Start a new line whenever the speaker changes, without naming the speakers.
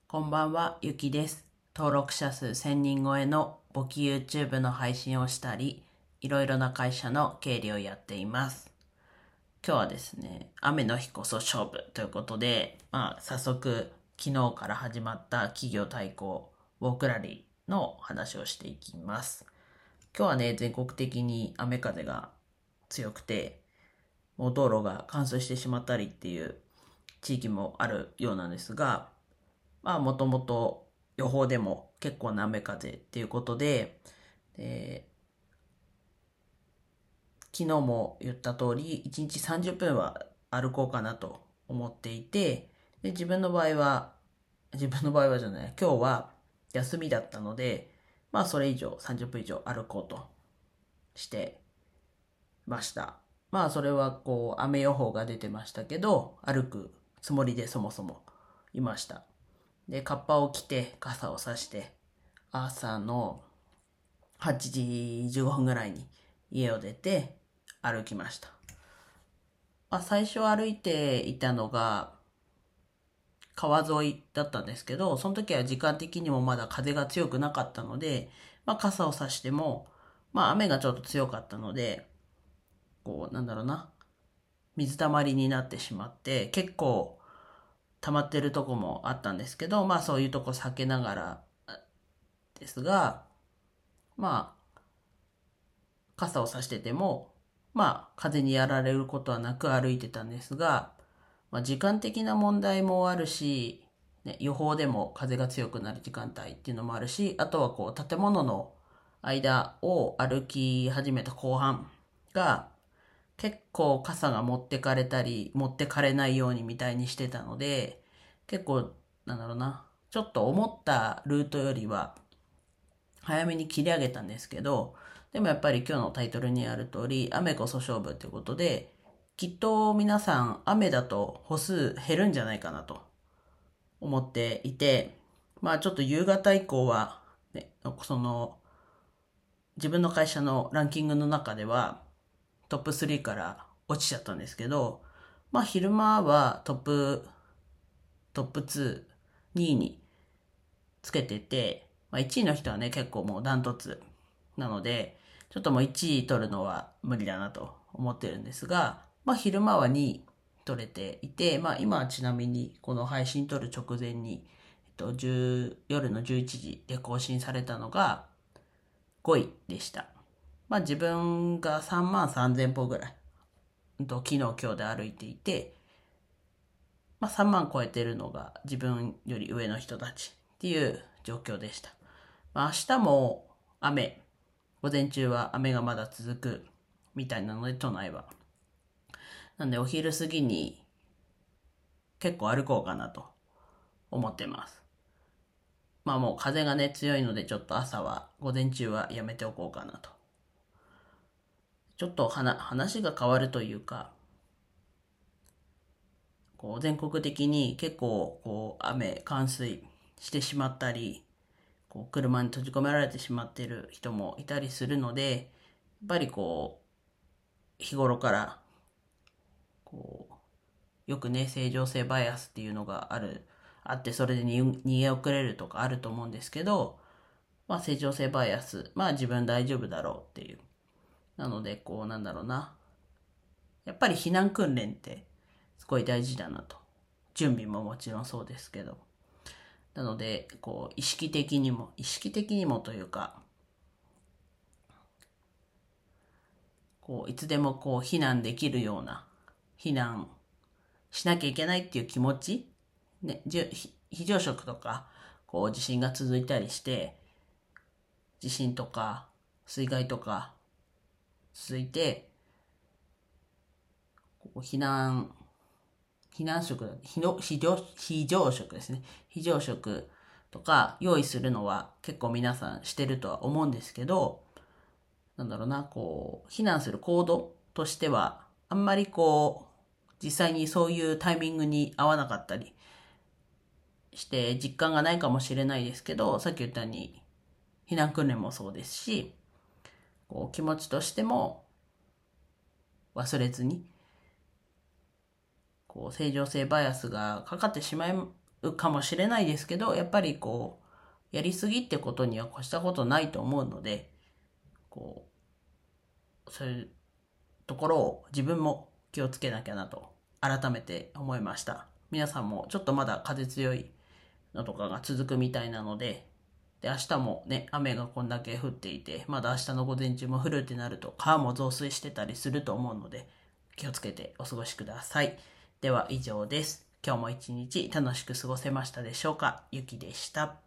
こんばんは、ゆきです。登録者数1000人超えの簿記 YouTube の配信をしたり、いろいろな会社の経理をやっています。今日はですね、雨の日こそ勝負ということで、早速、昨日から始まった企業対抗ウォークラリーの話をしていきます。今日はね、全国的に雨風が強くて、もう道路が冠水してしまったりっていう地域もあるようなんですが、もともと予報でも結構な雨風っていうことで、昨日も言った通り、1日30分は歩こうかなと思っていて、で、自分の場合はじゃない、今日は休みだったので、それ以上、30分以上歩こうとしてました。それは雨予報が出てましたけど、歩くつもりでそもそもいました。で、カッパを着て、傘を差して、朝の8時15分ぐらいに家を出て歩きました。最初歩いていたのが川沿いだったんですけど、その時は時間的にもまだ風が強くなかったので、傘を差しても、雨がちょっと強かったので、水たまりになってしまって、結構溜まってるとこもあったんですけど、そういうとこ避けながらですが、傘を差してても、風にやられることはなく歩いてたんですが、時間的な問題もあるし、ね、予報でも風が強くなる時間帯っていうのもあるし、あとは建物の間を歩き始めた後半が、結構傘が持ってかれたり、持ってかれないようにみたいにしてたので、結構、ちょっと思ったルートよりは、早めに切り上げたんですけど、でもやっぱり今日のタイトルにある通り、雨こそ勝負ってことで、きっと皆さん雨だと歩数減るんじゃないかなと思っていて、ちょっと夕方以降は、ね、自分の会社のランキングの中ではトップ3から落ちちゃったんですけど、昼間はトップ2、2位につけてて、1位の人はね、結構もうダントツなので、ちょっともう1位取るのは無理だなと思ってるんですが、昼間は2位取れていて、今はちなみにこの配信撮る直前に、夜の11時で更新されたのが5位でした。自分が3万3000歩ぐらい、昨日今日で歩いていて、3万超えてるのが自分より上の人たちっていう状況でした。明日も午前中は雨がまだ続くみたいなので、都内は。なんでお昼過ぎに結構歩こうかなと思ってます。もう風がね強いのでちょっと午前中はやめておこうかなと。ちょっと話が変わるというか、全国的に結構冠水してしまったり、車に閉じ込められてしまっている人もいたりするので、やっぱり日頃からこよくね、正常性バイアスっていうのがあって、それで逃げ遅れるとかあると思うんですけど、正常性バイアス、自分大丈夫だろうっていう。なので、やっぱり避難訓練ってすごい大事だなと。準備ももちろんそうですけど。なので、意識的にもというか、いつでも避難できるような、避難しなきゃいけないっていう気持ち、ね、非常食とか、地震が続いたりして、地震とか水害とか続いて、避難、避難食、非常食ですね。非常食とか用意するのは結構皆さんしてるとは思うんですけど、避難する行動としては、あんまり実際にそういうタイミングに合わなかったりして実感がないかもしれないですけど、さっき言ったように避難訓練もそうですし、気持ちとしても忘れずに、正常性バイアスがかかってしまうかもしれないですけど、やっぱりやりすぎってことには越したことないと思うので、そういうところを自分も気をつけなきゃなと改めて思いました。皆さんもちょっとまだ風強いのとかが続くみたいなので、明日もね、雨がこんだけ降っていて、まだ明日の午前中も降るってなると川も増水してたりすると思うので、気をつけてお過ごしください。では以上です。今日も一日楽しく過ごせましたでしょうか。ゆきでした。